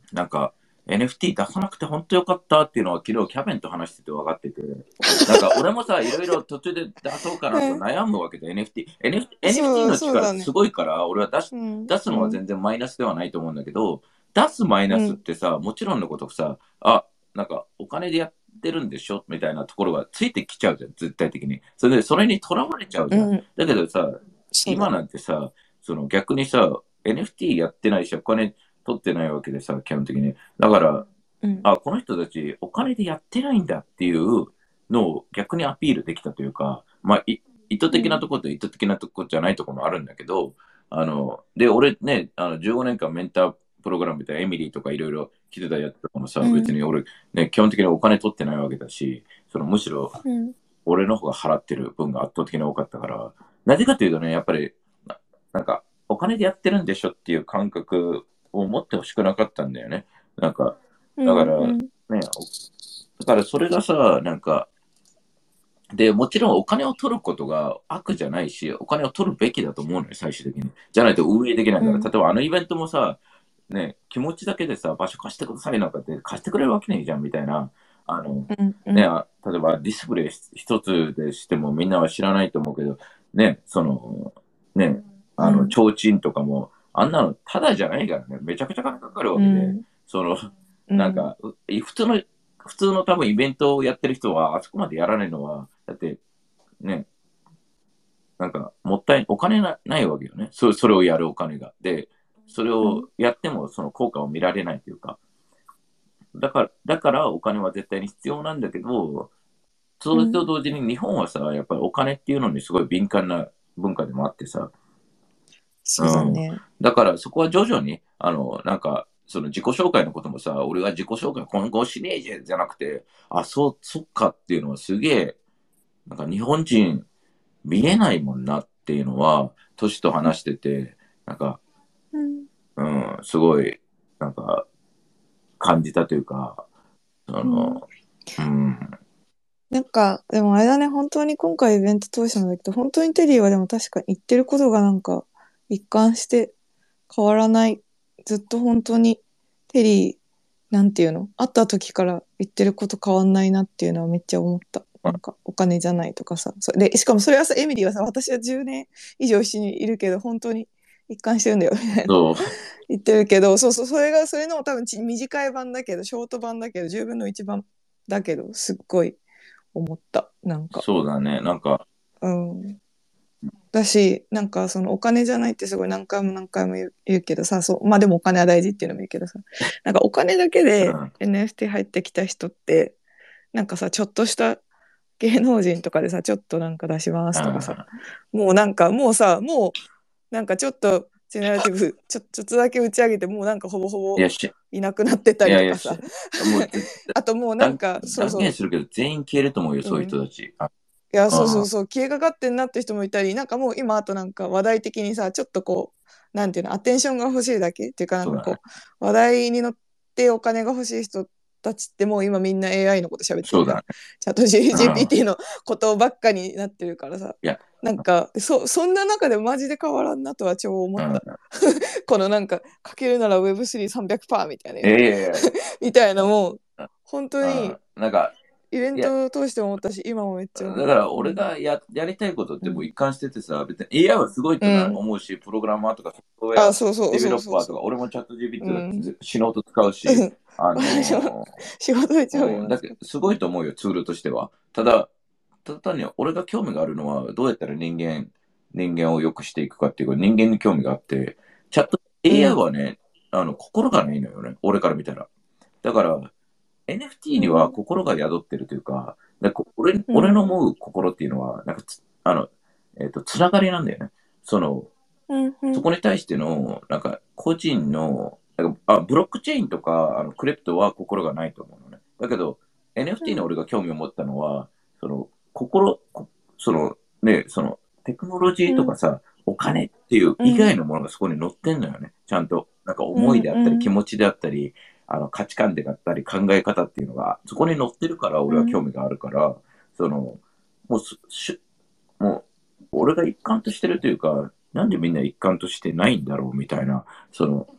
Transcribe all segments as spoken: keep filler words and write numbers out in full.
なんか エヌエフティー 出さなくて本当よかったっていうのは昨日キャベンと話してて分かってて、なんか俺もさ、いろいろ途中で出そうかなとうん悩むわけで エヌエフティー。エヌエフティー、エヌエフティーそう、 のそうだね。 力ってすごいから、俺は出し、 うん、 出すのはうん、 全然マイナスではないと思うんだけど、出すマイナスっうん、 てさ、もちろんのことさ、あ、なんかお金でやってるんでしょみたいなところがついてきちゃうじゃん、絶対的に。それで、それにとらわれちゃうじゃん。 うん、 だけどさ、今そうだね。 なんてさ、その逆にさ、エヌエフティー やってないし、お金取ってないわけでさ、基本的に。だから、 うん、 あ、この人たちお金でやってないんだっていうのを逆にアピールできたというか、まあ、い意図うん、 的なところと意図的なところじゃないところもあるんだけど、あの、で、俺ね、あのじゅうごねんかんメンタープログラムみたいなエミリーとかいろいろ来てたやつとかもさ、 うん、 別に俺、ね、基本的にお金取ってないわけだし、そのむしろうん、 俺の方が払ってる分が圧倒的に多かったから、なぜかというとね、やっぱり、ななんか、お金でやってるんでしょっていう感覚を持ってほしくなかったんだよね。なんか、 うん、 だから、 うん、 ね、だからそれがさ、なんか、で、もちろんお金を取ることが悪じゃないし、お金を取るべきだと思うのよ、最終的に。じゃないと運営できないから。例うん、 えばあのイベントもさ、ね、気持ちだけでさ、場所貸してくださいなんかって貸してくれるわけないじゃん、みたいな。あの、 うん、うね、 ん、 あ例えばディスプレイ一つでしてもみんなは知らないと思うけど、ね、その、ね、あの、 うん、 提灯とかも、あんなのただじゃないからね、めちゃくちゃ金かかるわけで、 うん、 その、 うん、 なんか、う普通の、普通の多分イベントをやってる人は、あそこまでやらないのは、だってね、なんか、もったい、お金なないわけよね。そそれをやるお金が。で、それうん、 をやってもその効果を見られないというか、だから、だからお金は絶対に必要なんだけど、それとうん、 同時に日本はさ、やっぱりお金っていうのにすごい敏感な文化でもあってさ、 そうだうん。 ね。 だからそこは徐々に、あの、なんか、その自己紹介のこともさ、俺が自己紹介今後しねえじゃんじゃなくて、あ、そう、そっかっていうのはすげえ、なんか日本人見えないもんなっていうのは、トシと話してて、なんか、 うん、 うん、すごい、なんか、感じたというか、あうん。 の、うん、 なんか、でもあれだね、本当に今回イベント通したんだけど、本当にテリーはでも確かに言ってることがなんか一貫して変わらない。ずっと本当にテリー、なんていうの会った時から言ってること変わんないなっていうのはめっちゃ思った。なんかお金じゃないとかさ。そで、しかもそれはさ、エミリーはさ、私はじゅうねん以上一緒にいるけど、本当に一貫してるんだよ、みたいな。 そう、 言ってるけど、そうそう、それが、それの多分ち短い版だけど、ショート版だけど、じゅうぶんのいちばんだけど、すっごい思った。なんか。 そうだね、なんか、 うん。だし、なんかそのお金じゃないってすごい何回も何回も言う言うけどさ、そう、まあでもお金は大事っていうのも言うけどさ、なんかお金だけでうん、 エヌエフティー 入ってきた人って、なんかさ、ちょっとした芸能人とかでさ、ちょっとなんか出しますとかさ、 あもうなんかもうさ、もうなんかちょっとジェネラティブちょ、ちょっとだけ打ち上げてもうなんかほぼほぼいや、し、 いなくなってたいやいや、 りとかさ、 し、もう、ぜあともうなん断か、そうそう、 断言するけど、全員消えると思うよ、そういううん。 人たち。あ、 いや、そうそうあそう、消えかかってんなって人もいたり、なんかもう今あとなんか話題的にさ、ちょっとこう、なんていうの、アテンションが欲しいだけっていうかなんそうだね。 かこう、話題に乗ってお金が欲しい人たちってもう今みんな エーアイ のこと喋ってんじゃん。 そうだね。 チャットうん。 ジーピーティー のことばっかになってるからさ。 いや、 なんか、そ、そんな中でマジで変わらんなとは超思った。 うん。 このなんか、かけるなら ウェブスリーさんびゃくパーセント みたいなやつ。 いやいやいや、 みたいなもう、本当うん。 になんか、 イベンいや、 トを通して思ったし、今もめっちゃ思う。 だからうん。 俺がややりたいことってもううん。 一貫しててさ、別に エーアイ はすごいとなうん。 思うし、プログラマーとかソフトウェあ、 アそうそうデベロッそうそうそパーとか、俺もチャットう。うジーピーティー だってん。 ず死のうと使うし、あ私もの仕事で超ーうん、だ言いますけど。 けど、すごいと思うよ、ツールとしては。ただ、ただ単に俺が興味があるのは、どうやったら人間、人間を良くしていくかっていうか、人間に興味があって、チャットうエーアイん。 はね、あの、心がないのよね、俺から見たら。だから、エヌエフティー にはうん。 心が宿ってるというか、だから俺うん。 俺の思う心っていうのは、なんかつ、あの、えっ、と、つながりなんだよね。その、 うん。うん。 そこに対しての、なんか、個人の、なんかあ、ブロックチェーンとか、あの、クリプトは心がないと思うのね。だけど、 うエヌエフティー のん。 俺が興味を持ったのは、その、心、こその、ね、その、テクノロジーとかさ、お金っていう以うん。 外のものがそこに載ってんのよね。ちゃんと。なんかうん。 思いであったり、気うん。 持ちであったり、あの、価値観であったり、考え方っていうのが、そこに載ってるから俺は興味があるから、その、もうす、しもう、俺が一貫としてるというか、なんでみんな一貫としてないんだろうみたいな、その、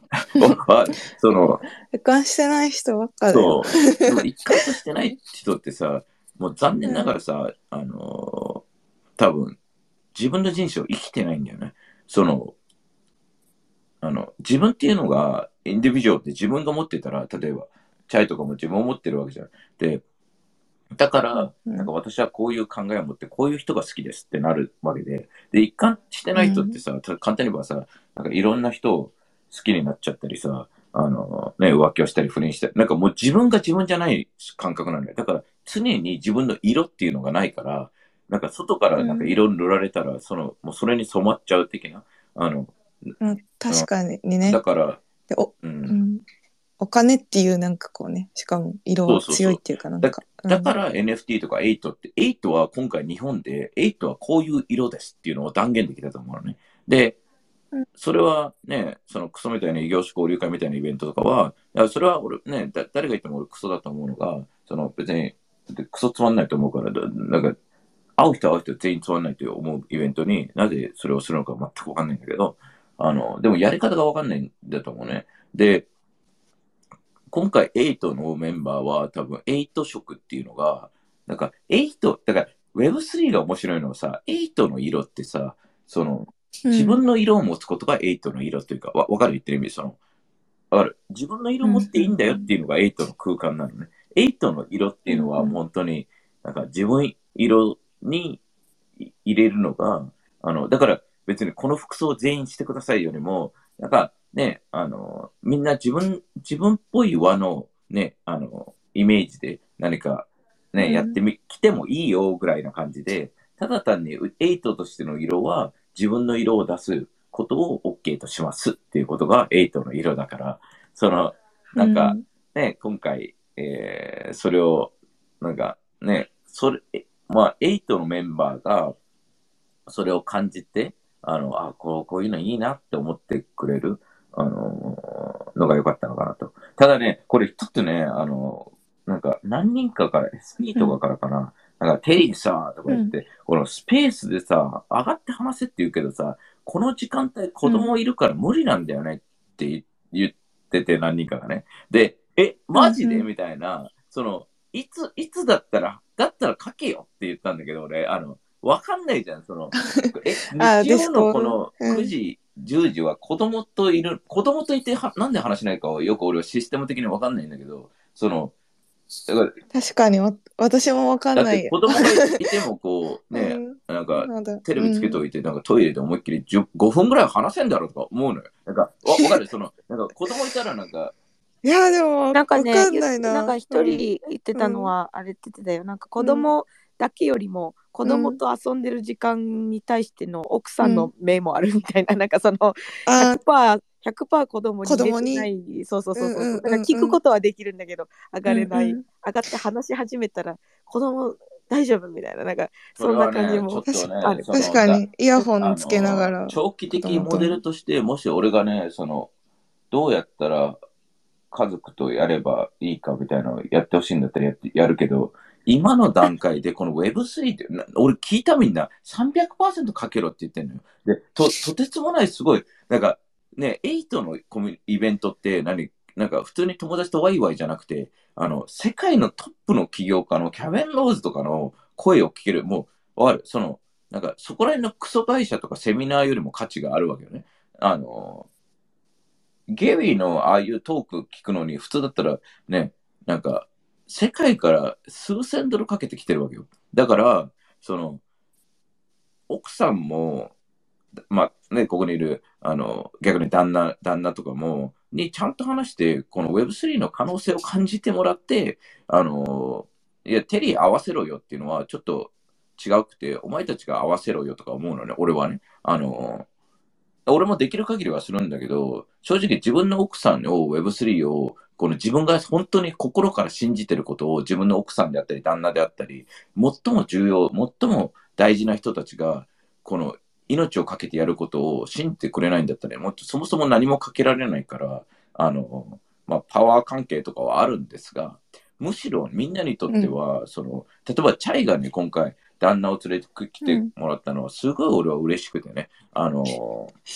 僕は、その、 一貫してない人ばっかだよ。 そう。でも一貫としてない人ってさ、もう残念ながうん。 らさ、あのー多分、自分の人生を生きてないんだよね。その、あの、自分っていうのが、インディビジュアルって自分が持ってたら、例えば、チャイとかも自分を持ってるわけじゃん。で、だかうん。 ら、なんかうん。 私はこういう考えを持って、こういう人が好きですってなるわけで、で、一貫してない人ってうん。 さ、た簡単に言えばさ、なんかいろんな人を好きになっちゃったりさ、あの、ね、浮気をしたり不倫したり、なんかもう自分が自分じゃない感覚なんだよ。だから常に自分の色っていうのがないから、なんか外からなんかうん。 色塗られたら、その、もうそれに染まっちゃう的な、あの、 まあ、確かにね。 だから、 で、お、 うん、 うん。お金っていうなんかこうね、しかも色はそうそうそう。 強いっていうかなんだ、 か、うん。 だから エヌエフティー とかエイトって、エイトは今回日本で、エイトはこういう色ですっていうのを断言できたと思うのね。で、 うん。 それはね、そのクソみたいな異業種交流会みたいなイベントとかは、いやそれは俺ね、だ誰が言っても俺クソだと思うのが、その別にクソつまんないと思うから、だなんか会う人は会う人全員つまんないと思うイベントになぜそれをするのか全くわかんないんだけど、あの、でもやり方がわかんないんだと思うね。で、今回エイトのメンバーは多分エイト色っていうのが、なんかエイト、だから ウェブスリー が面白いのはさ、エイトの色ってさ、その自うん。 分の色を持つことがエイトの色というか、わわかる言ってる意味、その、わかる。自分の色うん。 を持っていいんだよっうん。 ていうのがエイトの空間なのね。エイトの色ってうん。 いうのはうん。 本当に、なんか自分色に入れるのが、あの、だから別にこの服装を全員してくださいよりも、なんかね、あの、みんな自分、自分っぽい和のね、あの、イメージで何かね、やってみ、来てもいいよぐらいな感じで、ただ単にエイトとしての色は自分の色を出すことを OK としますっていうことがエイトの色だから、その、なんかうん。 ね、今回、えー、それを、なんかね、それ、まあ、エイトのメンバーが、それを感じて、あの、あ、こう、こういうのいいなって思ってくれる、あの、のが良かったのかなと。ただね、これ一つね、あの、なんか何人かから、エスピー とかうん。 からかな、なんかテリーさ、とかうん。 言って、このスペースでさ、上がって話せって言うけどさ、この時間帯子うん。 供いるから無理なんだよねって言ってて何人かがね。で、え、 うん。 マジでうん。 みたいな、その、いつ、いつだったら、だったら書けよって言ったんだけど、俺、あの、わかんないじゃん、その、え、 あ、ディ日曜スコード。 のこのうん。 くじ、じゅうじは子供といる、子供といては、なんで話しないかはよく俺はシステム的にわかんないんだけど、その、だから、 確かにわ、私もわかだってんないよ。 子供がいてもこう、 うね、 ん。 なんか、 まだ。 テレビつけとうん。 いて、なんかトイレで思いっきりじゅうごふんぐらい話せんだろうとか思うのよ。なんか、わ、わかるその、なんか子供いたらなんか、 いや、でもわ、 なんかね、 わかんないな。 なんか一うん。 人言ってたのうん。 は、あれって言ってたよ。なんか子うん。 供だけよりも、子うん。 供と遊んでる時間に対しての奥さんのうん。 目もあるみたいな、なんかそのあ、 ひゃくパーセント、ひゃくパーセント子供に子入れ供に。 てない、そうそううんうそうそうそう。だからんうんうん。 聞くことはできるんだけど、上うがれない。 んうん。 上がって話し始めたら、子供大丈夫みたいな、なんかそそんなれはね、ちょ感じもっとね、 ある。 その、だ、 確かに、イヤホあンつけながの、 ら、 長期子的モデ供との。 ルとして、もし俺がね、その、どうやったら家族とやればいいかみたいなのをやってほしいんだったらやって、やるけど、今の段階でこの ウェブスリー って、な俺聞いたみんなさんびゃくパーセントかけろって言ってんのよ。で、と、とてつもないすごい、なんかね、エイトのコミュイベントって何、なんか普通に友達とワイワイじゃなくて、あの、世界のトップの起業家のキャベン・ローズとかの声を聞ける、もう、わかるその、なんかそこら辺のクソ会社とかセミナーよりも価値があるわけよね。あの、ゲリーのああいうトーク聞くのに、普通だったらね、なんか、世界から数千ドルかけてきてるわけよ。だから、その、奥さんも、まあね、ここにいる、あの、逆に旦那、旦那とかも、にちゃんと話して、この ウェブスリー の可能性を感じてもらって、あの、いや、テリー合わせろよっていうのはちょっと違くて、お前たちが合わせろよとか思うのね、俺はね。あの、俺もできる限りはするんだけど、正直自分の奥さんを ウェブスリー を、この自分が本当に心から信じてることを自分の奥さんであったり、旦那であったり、最も重要、最も大事な人たちが、この命をかけてやることを信じてくれないんだったら、もっとそもそも何もかけられないから、あの、まあ、パワー関係とかはあるんですが、むしろみんなにとっうん。 ては、その、例えばチャイがね、今回、旦那を連れてきてうん。 もらったのは、すごい俺は嬉しくてね。あの、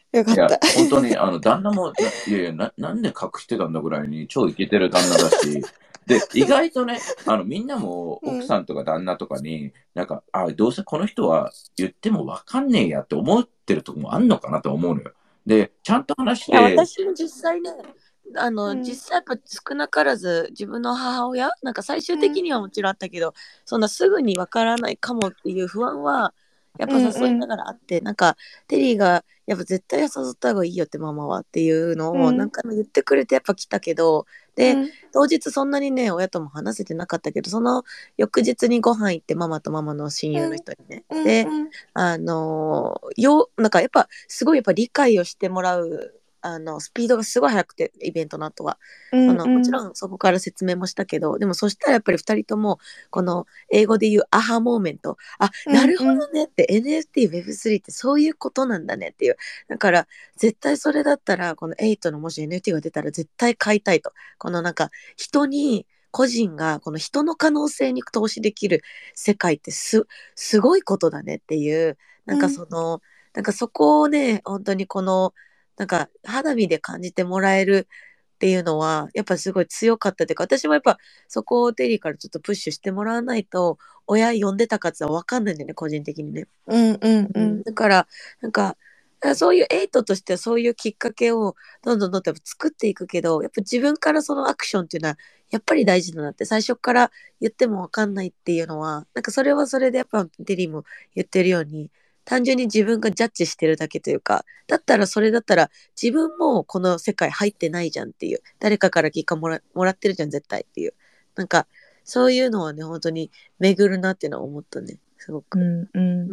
いや、 よかった。 本当に、あの、旦那も、ないやいやな、なんで隠してたんだぐらいに超イケてる旦那だし、で、意外とね、あの、みんなもうん。 奥さんとか旦那とかに、なんか、あ、どうせこの人は言ってもわかんねえやって思ってるとこもあんのかなと思うのよ。で、ちゃんと話しいや、 て、 私も実際ね、あうの、 ん。 実際やっぱ少なからず自分の母親、なんか最終うん。 的にはもちろんあったけど、そんなすぐにわからないかもっていう不安は、やっうぱんうん。 誘いながらあって、なんか、テリーが、やっぱ絶対誘った方がいいよってママはっていうのを何うん。 回も言ってくれてやっぱ来たけど、で、 うん。 当日そんなにね、親とも話せてなかったけど、その翌日にご飯行ってママとママの親友のうん。 人にね。 うん。 で、 うん。 あのよ、なんかやっぱすごいやっぱ理解をしてもらうあのスピードがすごい速くて、イベントの後は。あのもちうん。 ろんそこから説明もしたけど、でもそしたらやっぱりふたりとも、この英語で言うアハモーメント、あ、 うん。 なるほうん。 どねって、エヌエフティー、ウェブスリー ってそういうことなんだねっていう。だから絶対それだったら、このエイトのもし エヌエフティー が出たら絶対買いたいと。このなんか人に、個人がこの人の可能性に投資できる世界ってす、すごいことだねっていう、なんかうん。 その、なんかそこをね、本当にこの、なんか肌身で感じてもらえるっていうのは、やっぱすごい強かったというか、私もやっぱそこをテリーからちょっとプッシュしてもらわないと、親呼んでたかつは分かんないんだよね、個人的にね。 うん。うん。 うん、だから、なんか、そういうエイトとしてはそういうきっかけをどんどんどんどん作っていくけど、やっぱ自分からそのアクションっていうのはやっぱり大事だなって、最初から言ってもわかんないっていうのは、なんかそれはそれでやっぱテリーも言ってるように、単純に自分がジャッジしてるだけというか、だったらそれだったら自分もこの世界入ってないじゃんっていう、誰かから聞かもらもらってるじゃん絶対っていう、なんかそういうのはね、本当に巡るなっていうのは思ったね、すごく。 うん。うん。 うん。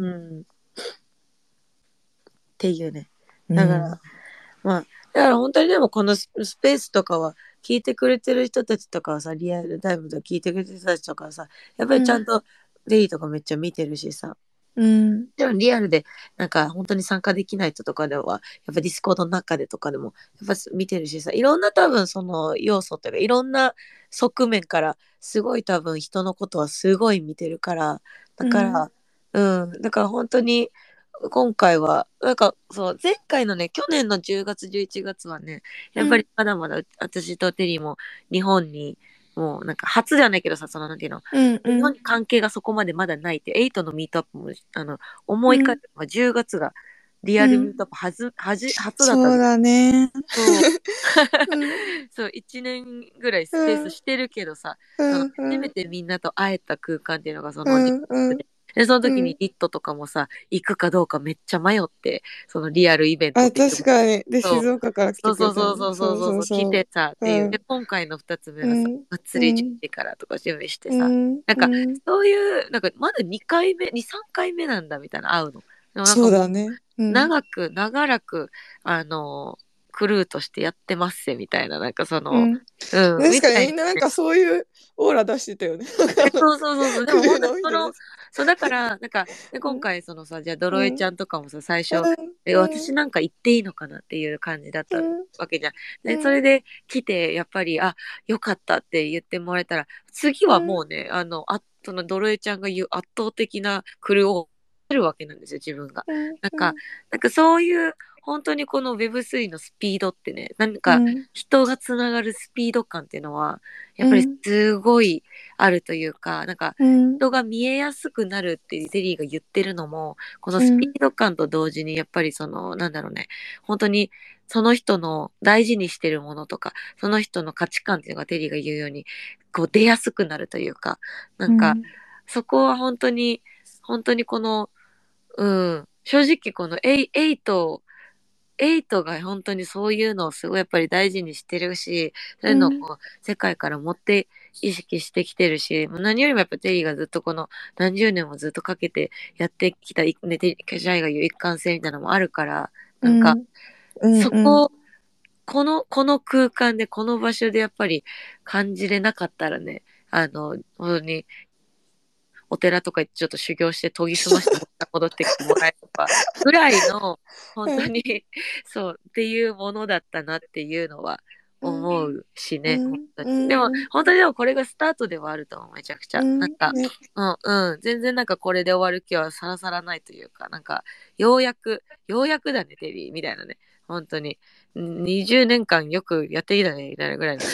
っていうね。 うだから、 ん。 まあ、だから本当にでもこのススペースとかは聞いてくれてる人たちとかはさ、リアルタイムで聞いてくれてる人たちとかはさ、やっぱうん。 りちゃんとデイとかめっちゃ見てるしさ、 うん。 でもリアルでなんか本当に参加できない人とかでは、やっぱディスコードの中でとかでもやっぱ見てるしさ、いろんな多分その要素というか、いろんな側面からすごい多分人のことはすごい見てるから、だうん。 から、うん、だから本当に今回は、なんかそう、前回のね、去年のじゅうがつ、じゅういちがつはね、やっぱりまだまだ私とテリーも日本に、もうなんか初じゃないけどさ、そのなんていうの、 うん。うん。 日本に関係がそこまでまだないって、エイトのミートアップも、あの、思いうん。 返せばじゅうがつがリうん。 アルミートアップはず、はじ、初だったんだ。 そうだね。 そう。 うん。 そう、いちねんぐらいスペーうん。 スしてるけどさ、そのうん。うん。 初めてみんなと会えた空間っていうのがそのじゅううん。うん。 がつで、で、そのうん。 時にリットとかもさ、行くかどうかめっちゃ迷って、そのリアルイベントっあ、 ていう確かに。で、 そう静岡から来てそうくれたよね。 そうそうそうそうそうそうそうそう、来そてさっう。 ていう。で、 うん。 今回の二つ目がさ、 うん。 がっつり10 うん。 時からとか準備してさ、 うん。 なんか、 うん。 そういう、なんか、まだにかいめ、に、さんかいめなんだみたいな、会うの。でもなんそうかもう、 だね。うん。 長く、長らく、あの、クルーとしてやってますせ、みたいな、なんかその、 うん。 うん、み確かたいに、 にみんななんかそういうオーラ出してたよね。 え、そうそうそうそう。でクルーも本当にその、 の人たち。 そうだから、なんか、で、 うん。 今回そのさ、じゃあ、ドロエちうん。 ゃんとかもさ、最初、え、 うん。 私なんか行っていいのかなっていう感じだったうん。 わけじゃん。で、そうん。 れで来て、やっぱり、あ、よかったって言ってもらえたら、次はうん。 もうね、あの、あ、そのドロエちゃんが言う圧倒的なクルーを得るわけなんですよ、自分が。 うん。 なんか、なんかそういう、本当にこの ウェブスリー のスピードってね、なんかうん。 人がつながるスピード感っていうのは、やっぱりうん。 すごいあるというか、なんかうん。 人が見えやすくなるってゼリーが言ってるのも、このうん。 スピード感と同時に、やっぱりその、なんだろうね、本当にその人の大事にしてるものとか、その人の価値観っていうのがテリーが言うように、こう出やすくなるというか、なんか、 うん。 そこは本当に、本当にこの、うん、正直このエイ、エイト、エイトが本当にそういうのをすごいやっぱり大事にしてるし、そういうのをうん。 こう世界から持って意識してきてるし、もう何よりもやっぱテリーがずっとこの何十年もずっとかけてやってきた、ね、テリシャイが言う一貫性みたいなのもあるから、なんか、 うん。うん。うん。 そこ、この、この空間で、この場所でやっぱり感じれなかったらね、あの、本当にお寺とか行ってちょっと修行して研ぎ澄ましてもう一回戻ってきてもらえればぐらいの本当にそうっていうものだったなっていうのは思うしね、 うん本当に。 うんでも、本当にでもこれがスタートではあると思う、めちゃくちゃ。 うんなんか、 ねうん、うん、全然なんかこれで終わる気はさらさらないというか、なんか、ようやく、ようやくだね、テリー、みたいなね。本当に。にじゅうねんかんよくやってきたね、みたいなぐらいの。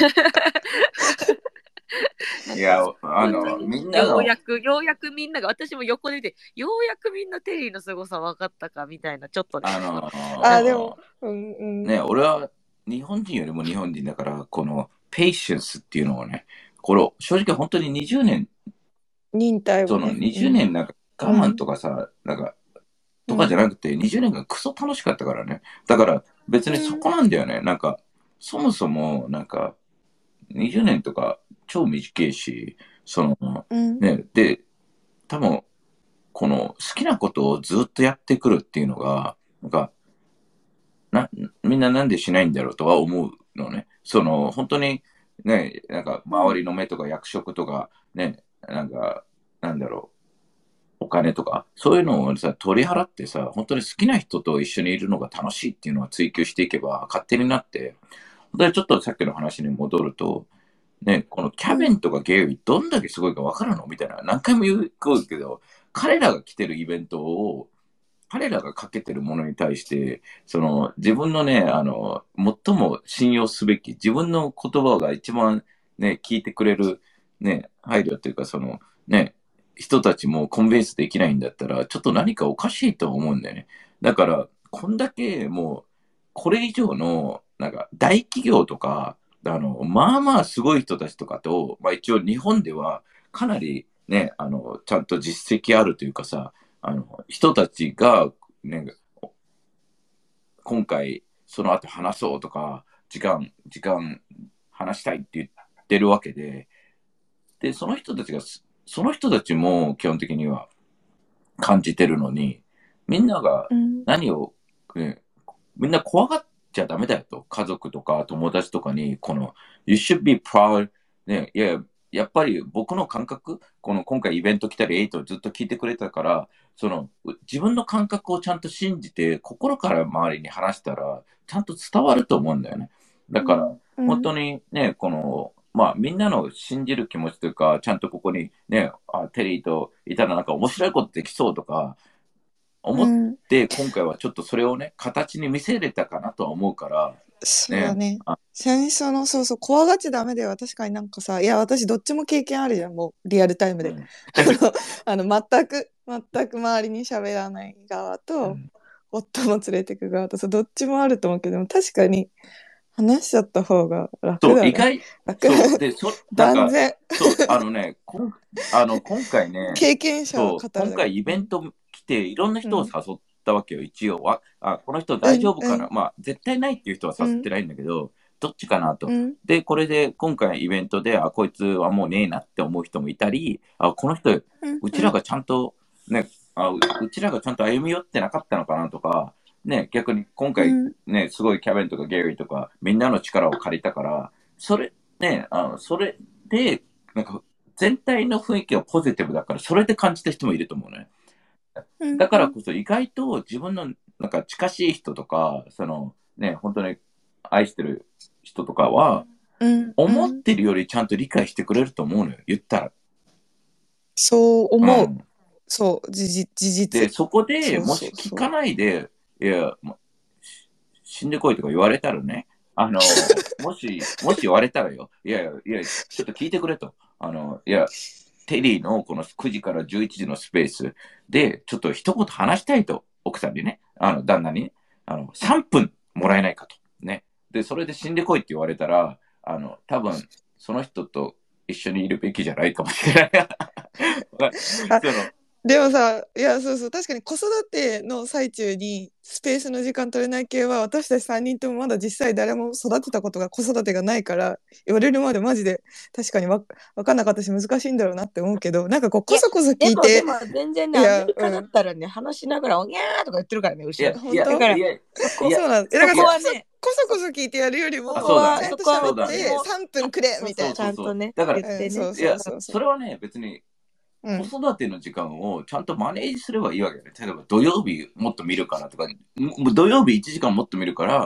なんいや、 か、 あの、 本当に、 みんなの、 ようやく、ようやくみんなが、私も横でいて、ようやくみんなテリーの凄さ分かったか、みたいな、ちょっとね。 あのあ、でも、うんうん。 ね、俺は日本人よりも日本人だから、このペイシェンスっていうのをね、これ、正直本当ににじゅうねん、 忍耐そのをね。 にじゅうねんなんか我慢とかさ、なんか、とかじゃなくて、にじゅうねんがクソ楽しかったからね。だから別にそこなんだよね。なんか、そもそも、なんか、にじゅうねんとか超短いし、その、 うんね、で、多分、この好きなことをずっとやってくるっていうのが、なんか、な、みんななんでしないんだろうとは思うのね。その、本当に、ね、なんか、周りの目とか役職とか、ね、なんか、なんだろう、お金とか、そういうのをさ、取り払ってさ、本当に好きな人と一緒にいるのが楽しいっていうのを追求していけば、勝手になって、本当にちょっとさっきの話に戻ると、ね、このキャビンとかゲイリー、どんだけすごいか分かるのみたいな、何回も言うけど、彼らが来てるイベントを、彼らがかけてるものに対して、その自分のね、あの、最も信用すべき、自分の言葉が一番ね、聞いてくれる、ね、配慮っていうか、その、ね、人たちもコンベンスできないんだったら、ちょっと何かおかしいと思うんだよね。だから、こんだけもう、これ以上の、なんか、大企業とか、あの、まあまあすごい人たちとかと、まあ一応日本ではかなりね、あの、ちゃんと実績あるというかさ、あの、人たちが、ね、今回その後話そうとか、時間、時間話したいって言ってるわけで、で、その人たちが、その人たちも基本的には感じてるのに、みんながうん何を、ね、みんな怖がっちゃダメだよと。家族とか友達とかに、この、You should be proud. ね、いや、やっぱり僕の感覚、この今回イベント来たり、エイトをずっと聞いてくれたから、その、う自分の感覚をちゃんと信じて、心から周りに話したら、ちゃんと伝わると思うんだよね。だから、 うん本当にね、この、まあ、みんなの信じる気持ちというか、ちゃんとここにね、あテリーといたらなんか面白いことできそうとか、思っうんて、今回はちょっとそれをね、形に見せれたかなとは思うから、 そうだね。 あ戦争の、そうそう、怖がっちゃダメだよ。確かになんかさ、いや、私どっちも経験あるじゃん、もう、リアルタイムで。 うんあの、あの全く、全く周りに喋らない側と、 うん夫も連れてく側と、そうどっちもあると思うけど、でも確かに、話しちゃった方が楽そう、 だね。 意外、 楽だそう、で、そ、なんか、 断然、 そう、あのね、こんあの、今回ね、 経験者は語そう、 るだけ。 今回イベント来て、いろんな人を誘ったわけよ、一応は。あ、この人うん大丈夫かな、 うんまあ、絶対ないっていう人は誘ってないんだけど、どっちかなと。 うんで、これで今回イベントで、あ、こいつはもうねえなって思う人もいたり、あ、この人、 うんうちらがちゃんと、ね、あううちらがちゃんと歩み寄ってなかったのかなとか、ね、逆に今回うんね、すごいキャベンとかゲイリーとか、みんなの力を借りたから、それ、ね、あのそれで、なんか、全体の雰囲気がポジティブだから、それで感じた人もいると思うね。 うんだからこそ、意外と自分の、なんか、近しい人とか、その、ね、本当に愛してる人とかは、 うん思っうんてるよりちゃんと理解してくれると思うのよ、言ったら。 そう思う。 んそう、事実。事実で、そこでそうもそうそうし聞かないで、いや、もうし死んでこいとか言われたらね、あの、もし、もし言われたらよ、いやいや、いや、ちょっと聞いてくれと。あの、いや、テリーのこのくじからじゅういちじのスペースで、ちょっと一言話したいと、奥さんにね、あの、旦那にね、あの、さんぷんもらえないかと。ね。で、それで死んでこいって言われたら、あの、多分、その人と一緒にいるべきじゃないかもしれない。そのでもさ、いや、そうそう、確かに子育ての最中にスペースの時間取れない系は、私たちさんにんともまだ実際誰も育てたことが子育てがないから、言われるまでマジで確かにわ分かんなかったし難しいんだろうなって思うけど、なんかこう、こそこそ聞でも、 いて、 でも全然ね、 いやアメリカだったらね、話しながら、おぎゃーとか言ってるからね、 い後ろや、 で。 いや、 本当だからいや、 そこいやそうなんです。 そだからこそこはね、 こそこそ聞いてやるよりも、 そこはちゃんとそこは喋って私もさんぷんくれみたいな。 ちゃんとね、 だから言ってね。 うんそういや、 そうそうそれはね、別にうん子育ての時間をちゃんとマネージすればいいわけよね。例えば土曜日もっと見るからとか、もう土曜日いちじかんもっと見るから、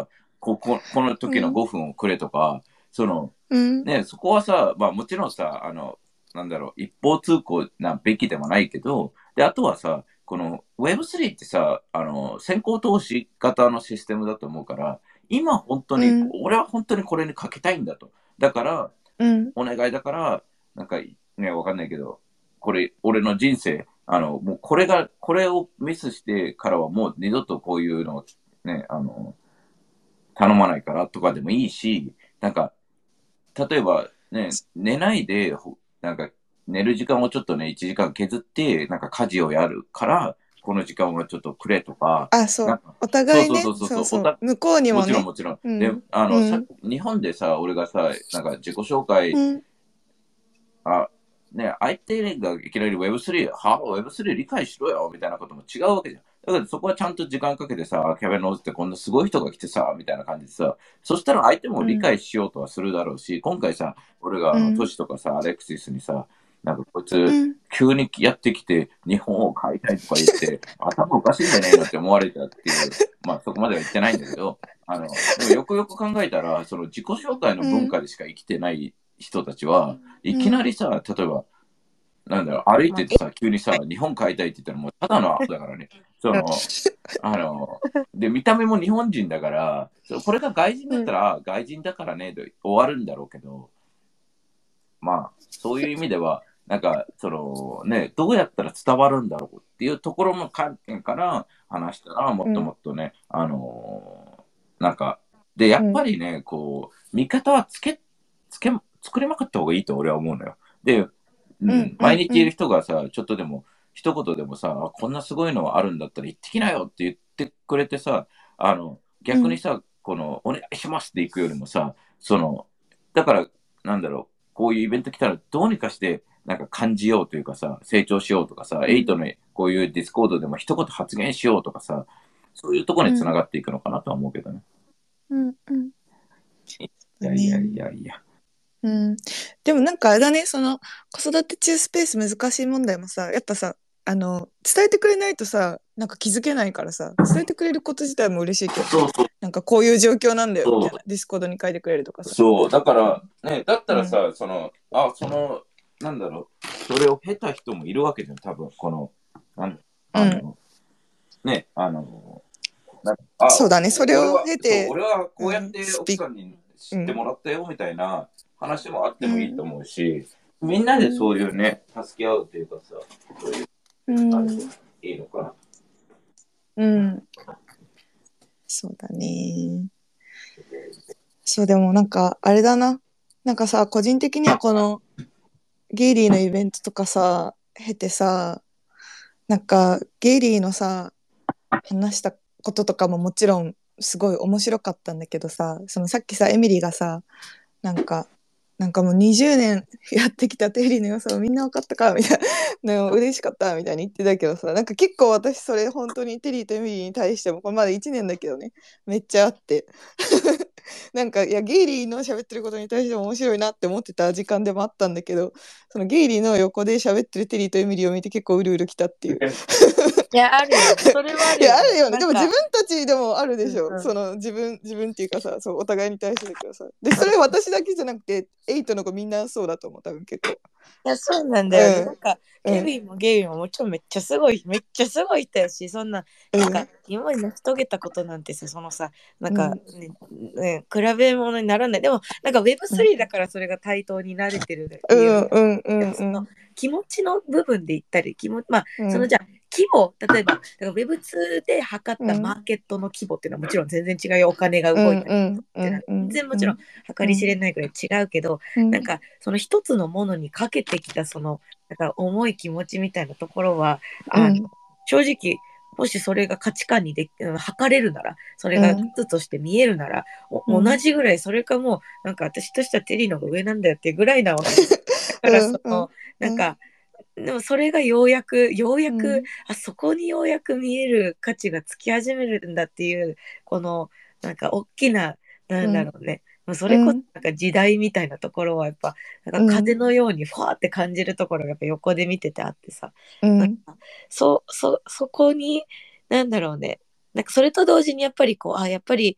こここの時のごふんをくれとか、そのうんね、そこはさ、まあもちろんさ、あの、なんだろう、一方通行なべきでもないけど、で、あとはさ、この ウェブスリー ってさ、あの、先行投資型のシステムだと思うから、今本当に、 うん俺は本当にこれにかけたいんだと。だから、 うんお願いだから、なんかね、わかんないけど、これ、俺の人生、あの、もうこれが、これをミスしてからはもう二度とこういうのをね、あの、頼まないからとかでもいいし、なんか、例えばね、寝ないで、ほなんか寝る時間をちょっとね、いちじかん削って、なんか家事をやるから、この時間はちょっとくれとか、 あ、そう。 なんか、 おそう互いね。 そうそうそう、 そうそう。 おた向こうにももね。 ちろんもちろん。で、 うん。 あの、さ、 うん。 日本でさ、俺がさ、なんか自己紹介、 うん。 あ、ね、相手がいきなり ウェブスリー、は ウェブスリー 理解しろよ、みたいなことも違うわけじゃん。だからそこはちゃんと時間かけてさ、キャベノーズってこんなすごい人が来てさ、みたいな感じでさ、そしたら相手も理うん。 解しようとはするだろうし、今回さ、俺があの、トうん。 シとかさ、アレクシスにさ、なんかこいつ、 うん。 急にやってきて、日本を買いたいとか言って、頭おかしいんじゃねえのって思われたっていう、まあそこまでは言ってないんだけど、あの、でもよくよく考えたら、その自己紹介の文化でしか生きてない人たちは、いきなりさ、例えば、なんだろう、歩いまあ、 ててさ、急にさ、日本買いたいって言ったらもうただのアホだからね。その、あの、で、見た目も日本人だから、そこれが外人だったら、外人だからね、で終わるんだろうけど、まあ、そういう意味では、なんか、そのね、どうやったら伝わるんだろうっていうところの観点から話したら、もっともっとね、あのーなんか、で、やっぱりね、こう、見方はつけ、つけ、作りまくった方がいいと俺は思うのよ。で、ううん。 ん、 うん。 毎日いる人がさ、ちょっとでも、一言でもさ、あこんなすごいのあるんだったら行ってきなよって言ってくれてさ、あの、 うん。 逆にさ、この、お願いしますって行くよりもさ、その、だから、なんだろう、こういうイベント来たらどうにかしてなんか感じようというかさ、成長しようとかさ、エイトのこういうディスコードでも一言発言しようとかさ、そういうところにつながっていくのかなとは思うけどね。 うん。うん。 いだやいやいね。 やいや。 うん。でもなんかあれだね、その子育て中スペース難しい問題もさ、やっぱさ、あの、伝えてくれないとさ、なんか気づけないからさ、伝えてくれること自体も嬉しいけどね。 そうそうなんかこういう状況なんだよみたいそな。ディスコードに書いてくれるとかう。 さ。 そう。だから、ね、だったうん。 らさ、その、あ、その、なんだろう、それを経た人もいるわけじゃん、多分、この、なんうん。 あの、ね、あの、なんかあ、 そうだね。それを俺は、そう、 経て、 俺はこうん、 うやってスピ、 奥さんに知ってうん。 もらったよみたいな話もあってもいいとうん。 思うし、みんなうん。 でそういうね、助け合うっていうかさ、そういうう感じでん。 いいのかな。 うん。そうだね。そう、でもなんか、あれだな。なんかさ、個人的にはこのゲイリーのイベントとかさ、経てさ、なんか、ゲイリーのさ、話したこととかももちろんすごい面白かったんだけどさ、そのさっきさ、エミリーがさ、なんか、なんかもうにじゅうねんやってきたテリーの良さをみんな分かったかみたいなの嬉しかったみたいに言ってたけどさ、なんか結構私それ本当にテリーとエミリーに対しても、これまだいちねんだけどね、めっちゃあって。なんかいやゲイリーの喋ってることに対しても面白いなって思ってた時間でもあったんだけど、そのゲイリーの横で喋ってるテリーとエミリーを見て結構うるうるきたっていう。 いや、あるよね。それはあいや、あるよね。 るよね。 なんか、 でも自分たちでもあるでしょ。 うんうん。 その自分、自分っていうかさ、そう、お互いに対してだけどさ。で、それ私だけじゃなくて、エイトの子みんなそうだと思う、多分結構。 いや、そうなんだよね。 うん、 なんか、ケうん、 ビンもゲイビンももちろんめっちゃすごい、めっちゃすごい人やし、そんな、なんか、 うん、 今まで成し遂げたことなんてさ、そのさ、なんか、 うん、 ね、ね、比べ物にならない。でも、なんか ウェブスリー だからそれが対等になれてるう理由ん、うん、うでもん、 その気持ちの部分で言ったり、気持まあ、 うん、 そのじゃあ規模、例えば、だから ウェブツー で測ったマうん、 ーケットの規模っていうのはもちろん全然違うよ。お金がうん、 動いたりうん、 っていうのはうん、 全然もちろんうん、 計り知れないぐらい違うけど、 うん、 なんかその一つのものにかけてきたその、なんか重い気持ちみたいなところは、あの、正直、もしそれが価値観にでうん測れるなら、それが数として見えるなら、お同じぐらい、それかもう、なんか私としてはテリーの方が上なんだよっていうぐらいなわけ。だからその、なんか、でもそれがようやく、ようやく、 うん、 あそこにようやく見える価値がつき始めるんだっていう、この、なんか大きな、なんだろうね。もうそれこそなんか時代みたいなところはやっぱ、なんか風のようにファーって感じるところがやっぱ横で見ててあってさ。なんかそ、そ、そこに、なんだろうね。なんかそれと同時にやっぱりこう、あ、やっぱり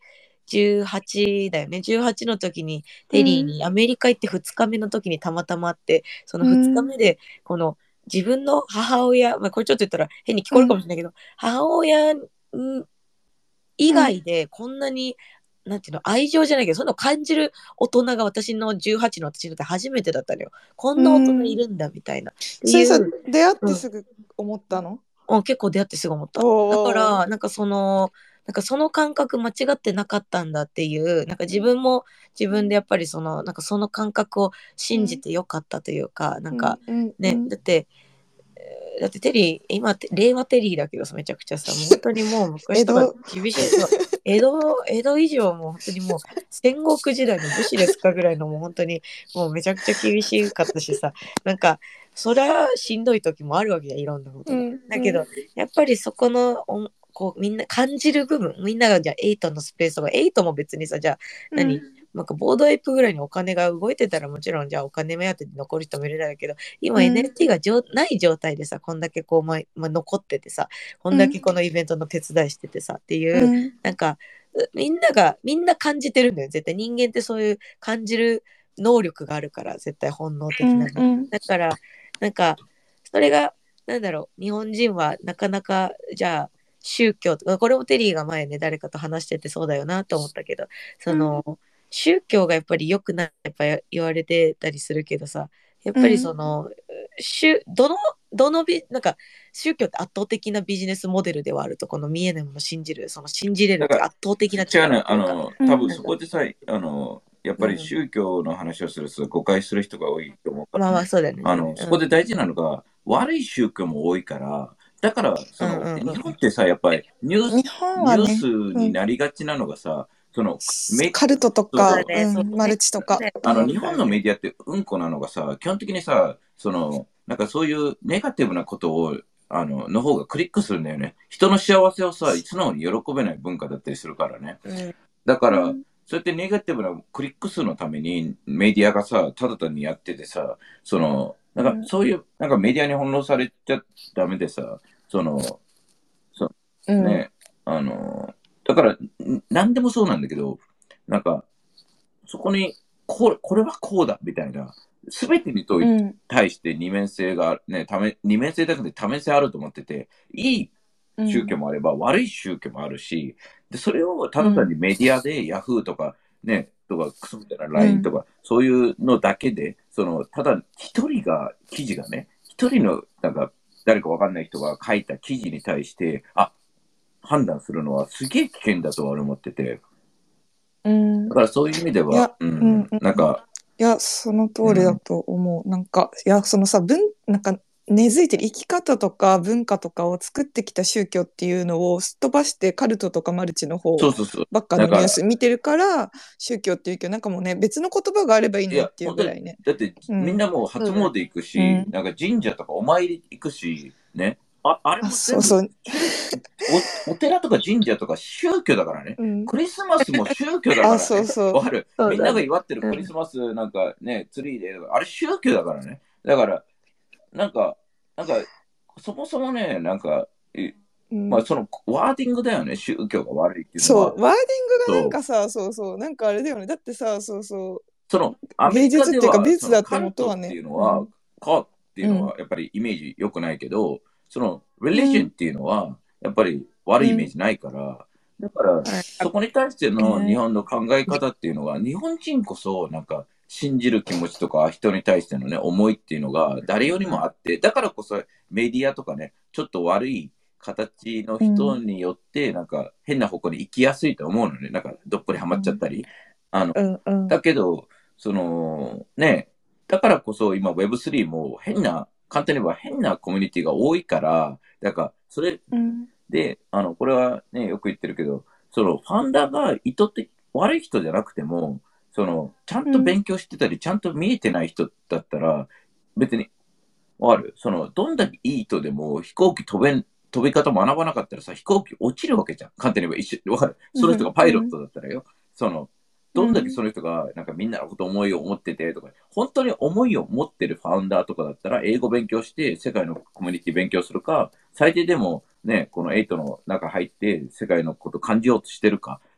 じゅうはちだよね。じゅうはちの時にテリーにアメリカ行ってふつかめの時にたまたま会って、そのふつかめでこの自分の母親、まあこれちょっと言ったら変に聞こえるかもしれないけど、母親以外でこんなに、なんていうの、愛情じゃないけど、その感じる大人が私のじゅうはちの私にとって初めてだったのよ。こんな大人いるんだみたいな。ってそれさ、 いう、 出会ってすぐ思ったの？ うん、結構出会ってすぐ思った。だおーから、なんかその、なんかその感覚間違ってなかったんだっていう、なんか自分も自分でやっぱりその、なんかその感覚を信じてよかったというか、なんかうんうんね、 うんだって、だってテリー、今、令和テリーだけどさ、めちゃくちゃさ、もう本当にもう昔とか厳しい、そう江戸、江戸以上もう本当にもう戦国時代の武士ですかぐらいのもう本当にもうめちゃくちゃ厳しかったしさ、なんか、そりゃしんどい時もあるわけじゃん、いろんなことが。 うんだけど、やっぱりそこの、おこうみんな感じる部分、みんながじゃあエイトのスペースとか、エイトも別にさ、じゃあ何、なんかボードエイプぐらいにお金が動いてたらもちろんじゃあお金目当てで残る人もいるだろうけど、今 エヌエフティー がじょない状態でさ、こんだけこう、まま残っててさ、こんだけこのイベントの手伝いしててさっていう、 うんなんかうみんながみんな感じてるんだよ。絶対人間ってそういう感じる能力があるから、絶対本能的なの。 うんだからなんかそれがなんだろう、日本人はなかなかじゃあ宗教とか、これもテリーが前ね誰かと話しててそうだよなと思ったけど、その、宗教がやっぱり良くないやっぱ言われてたりするけどさ、やっぱりその、宗どのどのビなんか宗教って圧倒的なビジネスモデルではあると、この見えないものを信じる、その信じれるっていう圧倒的な違う力ね、あっていうか、 の、 うん多分そこでさ、あの、やっぱり宗教の話をすると誤解する人が多いと思うから、 まあまあそうだよね。 あの、そこで大事なのが、悪い宗教も多いから、だから、その、 うんうんうん日本ってさ、やっぱりニュース、 日本はねニュースになりがちなのがさ、その、めカルトとそうかだ、ねそううんマルチとか。 あの、日本のメディアってうんこなのがさ、基本的にさ、その、なんかそういうネガティブなことを、あの、の方がクリックするんだよね。人の幸せをさ、素直に喜べない文化だったりするからね。 うんだから、 うんそうやってネガティブなクリック数のためにメディアがさ、ただ単にやっててさ、その、なんかそういう、なんかメディアに翻弄されちゃダメでさ、その、そうんね、あの、だから、ん何でもそうなんだけど、なんか、そこに、これ、これはこうだ、みたいな、すべてにというん対して二面性が、ね、ため、二面性だけで多面性あると思ってて、いい宗教もあれば、悪い宗教もあるし、で、それをただ単にメディアで、ヤフーとか、ね、とか、クソみたいな ライン とか、そういうのだけで、その、ただ一人が、記事がね、一人の、なんか、誰かわかんない人が書いた記事に対して、あ、判断するのはすげえ危険だとは俺思ってて、 うんだからそういう意味でいやは、ううんん、なんか、 いや、その通りだと思う。なんか、いや、そのさ、文、なんか、根付いてる生き方とか文化とかを作ってきた宗教っていうのをすっ飛ばしてカルトとかマルチの方そうそうそう。 ばっかのなんかニュース見てるから宗教っていうけど、なんかもうね、別の言葉があればいいいやのにっていう本当にぐらいね。 だって、 うんみんなもう初詣行くし、 うんなんか神社とかお参り行くし、ね。ああれもあ、そ全部うそう。 お、お寺とか神社とか宗教だからね。 うん。 クリスマスも宗教だからね。 あ、そうそうわかるそうだねみんなが祝ってるクリスマスなんかね、ツリーでとか、あれ宗教だからね。だから、なんか、なんか、そもそもね、なんか、えうんまあそのワーディングだよね、宗教が悪いっていうのは。 そう、ワーディングがなんそうかさ、そうそう、なんかあれだよね。だってさ、そうそう、 そのアメリカで芸術っていうかは美術だってそのカル元はねトっていうのは、 うんカっていうのはやっぱりイメージ良くないけど、その religion っていうのはやっぱり悪いイメージないから、だからそこに対しての日本の考え方っていうのが、日本人こそなんか信じる気持ちとか人に対してのね思いっていうのが誰よりもあって、だからこそメディアとかね、ちょっと悪い形の人によってなんか変な方向に行きやすいと思うのね。なんかどっぷりハマっちゃったり、あのうんうん。 だけど、そのね、だからこそ今 ウェブスリー も変な、簡単に言えば変なコミュニティが多いから、だからそれうんで、あの、これはね、よく言ってるけど、そのファンダが意図的、悪い人じゃなくても、その、ちゃんと勉強してたり、ちゃんと見えてない人だったら、別に、わかるその、どんだけいい人でも飛行機飛べん、飛び方学ばなかったらさ、飛行機落ちるわけじゃん。簡単に言えば一緒、わかるその人がパイロットだったらよ。その、どんだけその人が、なんかみんなのこと思いを持っててとか、本当に思いを持ってるファウンダーとかだったら、英語勉強して、世界のコミュニティ勉強するか、最低でもね、このエイトの中入って、世界のこと感じようとしてるか、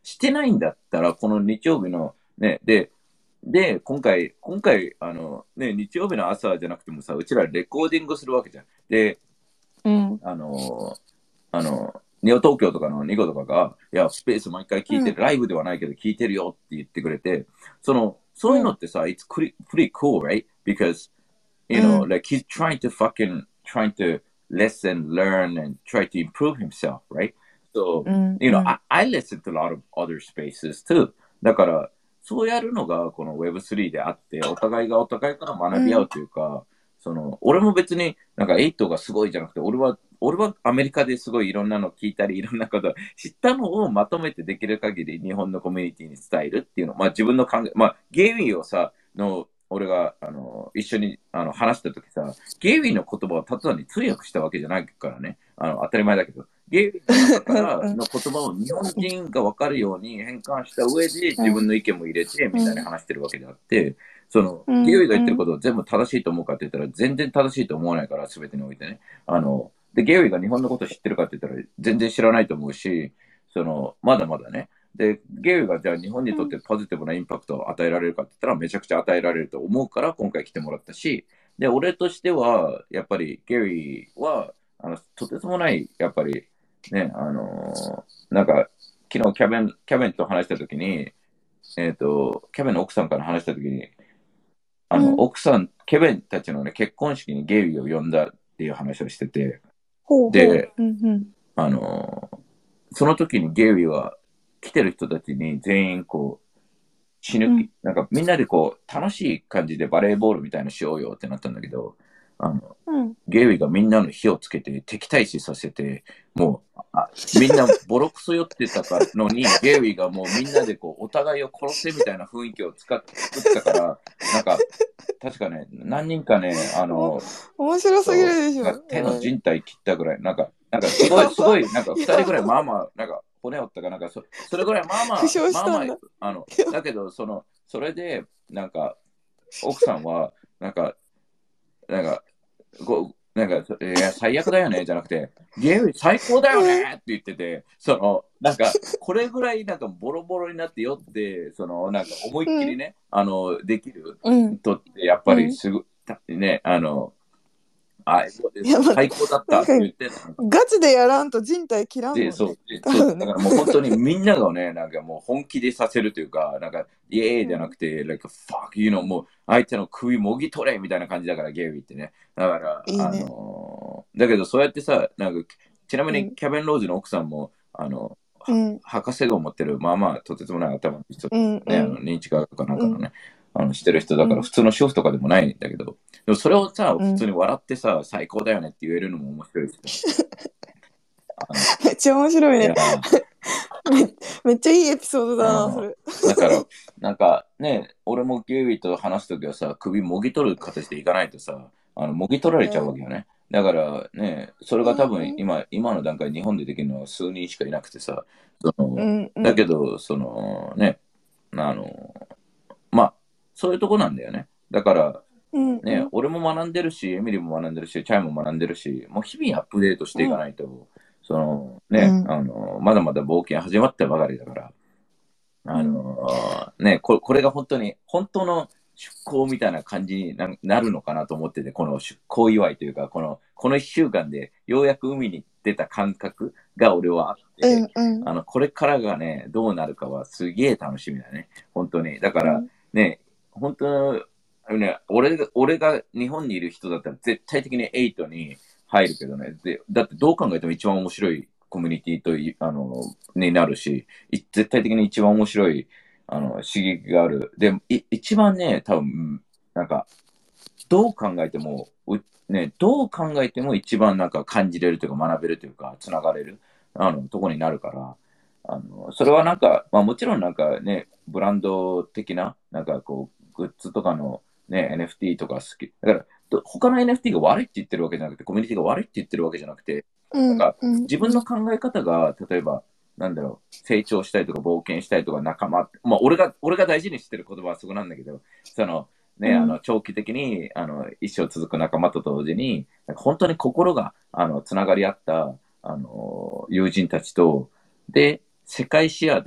してないんだったら、この日曜日の、ね、で、で、今回、今回、あの、ね、日曜日の朝じゃなくてもさ、うちらレコーディングするわけじゃん。で、 うん。 あの、あの、ネオ東京とかのニコとかが、いや、スペース毎回聞いてる、 うん。 ライブではないけど聞いてるよって言ってくれて、その、そういううん。 のってさ、it's pretty, pretty cool, right? Because, う you know, ん。 like he's trying to fucking, trying to listen, learn, and try to improve himself, right? う So, ん。 you う know, ん。 I, I listen to a lot of other spaces too. だから、そうやるのがこの ウェブスリー であって、お互いがお互いからう学び合ん。 うというか、その、俺も別になんかエイトがすごいじゃなくて、俺は、俺はアメリカですごいいろんなの聞いたり、いろんなこと知ったのをまとめてできる限り日本のコミュニティに伝えるっていうの、まあ自分の考え、まあゲイリーをさ、の、俺が、あの、一緒にあの話したときさ、ゲイリーの言葉をただ単に通訳したわけじゃないからね。あの、当たり前だけど。ゲイリーの中からうん。 の言葉を日本人がわかるように変換した上でうん。 自分の意見も入れてみんなでうん。 話してるわけであって、その、 うん。 ゲイリーが言ってるうん。 ことを全部正しいと思うかって言ったら全然正しいと思わないから、すべてにおいてね。あの、で、ゲイリーが日本のことを知ってるかって言ったら全然知らないと思うし、その、まだまだね。で、ゲイリーがじゃあ日本にとってポジティブなインパクトを与えられるかって言ったらめちゃくちゃ与えられると思うから今回来てもらったし、で、俺としては、やっぱりゲイリーは、あの、とてつもない、やっぱり、ね、あのーなんか、昨日キャベン、キャベンと話したときに、えっ、と、キャベンの奥さんから話したときに、あの、 うん。 奥さん、ケベンたちのね、結婚式にゲイリーを呼んだっていう話をしてて、 ほうほう。 で、 うん。うん。 あのーその時にゲイリーは来てる人たちに全員こう、死ぬ気、 うん。 なんかみんなでこう、楽しい感じでバレーボールみたいなのしようよってなったんだけど、あの、 うん。 ゲイリーがみんなの火をつけて敵対視させて、もう、あみんなボロクソ酔ってたかのに、ゲイリーがもうみんなでこう、お互いを殺せみたいな雰囲気を使って作ったから、なんか、確かね、何人かね、あお、 の、 面白すぎるそう、 でしょ。 なんか手のえ靭帯切ったぐらい、なんか、なんかすごい、 やば。 すごい、なんか二や人ぐらい、まば。 あまあ、なんか骨折ったかなんかそ、それぐらい、まあま負あ、まあま傷したんだ。 あ、あの、 やだけど、その、それで、なんか、奥さんは、なんか、なんか、ごなんか、いや、最悪だよね、じゃなくて、ゲイリー最高だようん。 ねって言ってて、その、なんか、これぐらいなんかボロボロになって酔って、その、なんか思いっうん。 きりね、あの、できるうん。 人って、やっぱうん。 りすぐ、たね、あの、あ、そうでいや、 す、 まあ、 最高だっなんか、 たって言ってたのか。 ガチでやらんと人体切らんで、 もんそう、 ね。 でそう、だ多分ね。 からもう本当にみんながね、なんかもう本気でさせるというか、なんか、イエーイじゃなくて、like, fuck, you know, もう相手の首もぎ取れみたいな感じだから、ゲイリーってね。だから、あいいね。 のーだけどそうやってさ、なんか、ちなみうん。 にキャベン・ローズの奥さんも、あの、はうん。 博士号を持ってる、まあまあ、とてつもない頭の人、 うん。うね、あのん。 認知科学かなんうん。 かのね、あのしてる人だから、 うん。 普通の主婦とかでもないんだけど、でもそれをさ、 うん。 普通に笑ってさ、最高だよねって言えるのも面白いしさ、あの、 めっちゃ面白いいやね。 ー、 め、めっちゃいいエピソードだな、そうん。 れ。 だから、なんかね、俺もゲイリーと話すときはさ、首もぎ取る形でいかないとさ、あの、もぎ取られちゃうわけよね。だからね、それが多うん。うん。 分今、今の段階日本でできるのは数人しかいなくてさ、そうの、 ん。うだけん。 ど、そのね、あの、まあ、そういうとこなんだよね。だからうん。うね、 ん。 俺も学んでるし、エミリーも学んでるし、チャイも学んでるし、もう日々アップデートしていかうん。 ないと、そのうね、 ん。 あの、まだまだ冒険始まったばかりだから、あうん。 のーね、こ、これが本当に、本当の出航みたいな感じにな、なるのかなと思ってて、この出航祝いというか、この、この一週間でようやく海に出た感覚が俺はあっうて、 ん。うん。 あの、これからがね、どうなるかはすげえ楽しみだね。本当に。だからうん。 ね、本当ね、俺が、俺が日本にいる人だったら絶対的にエイトに入るけどね。で、だってどう考えても一番面白いコミュニティとい、あの、になるし、い絶対的に一番面白い、あの、刺激がある。で、い一番ね、多分、なんか、どう考えても、うね、どう考えても一番なんか感じれるというか学べるというか、つながれる、あの、とこになるから、あの、それはなんか、まあもちろんなんかね、ブランド的な、なんかこう、グッズとかのね、エヌエフティー とか好き。だから、ど他の エヌエフティー が悪いって言ってるわけじゃなくて、コミュニティが悪いって言ってるわけじゃなくて、 うん。 なんか、 うん。 自分の考え方が、例えば、なんだろう、成長したいとか冒険したいとか仲間、まあ、俺が、俺が大事にしてる言葉はそこなんだけど、その、ね、あうん。 の、長期的に、あの、一生続く仲間と同時に、なんか本当に心が、あの、つながり合った、あの、友人たちと、で、世界視野で、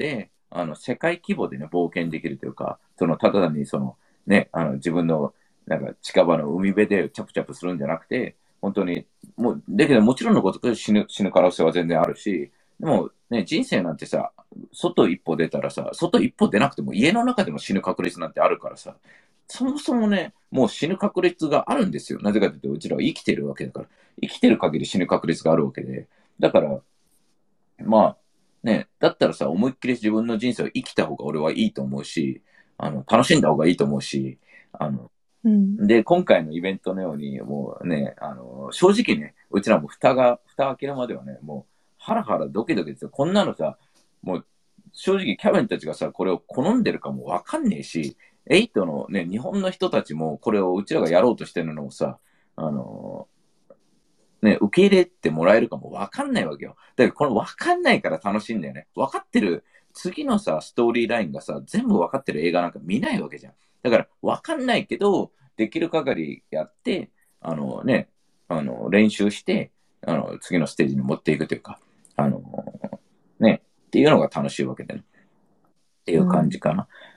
あの、世界規模でね、冒険できるというか、その、ただ単にその、ね、あの、自分の、なんか、近場の海辺でチャプチャプするんじゃなくて、本当に、もう、だけどもちろんのことで死ぬ、死ぬ可能性は全然あるし、でもね、人生なんてさ、外一歩出たらさ、外一歩出なくても家の中でも死ぬ確率なんてあるからさ、そもそもね、もう死ぬ確率があるんですよ。なぜかというと、うちらは生きてるわけだから、生きてる限り死ぬ確率があるわけで、だから、まあ、ね、だったらさ、思いっきり自分の人生を生きた方が俺はいいと思うし、あの、楽しんだ方がいいと思うし、あの、 うん。 で、今回のイベントのように、もうね、あの、正直ね、うちらも蓋が、蓋開けるまではね、もう、ハラハラドキドキですよ。こんなのさ、もう、正直キャベンたちがさ、これを好んでるかもわかんねえし、エイトのね、日本の人たちもこれをうちらがやろうとしてるのもさ、あの、ね、受け入れてもらえるかもわかんないわけよ。だからこのわかんないから楽しいんだよね。わかってる、次のさ、ストーリーラインがさ、全部わかってる映画なんか見ないわけじゃん。だからわかんないけど、できる限りやって、あのね、あの、練習して、あの、次のステージに持っていくというか、あの、ね、っていうのが楽しいわけでね。っていう感じかな。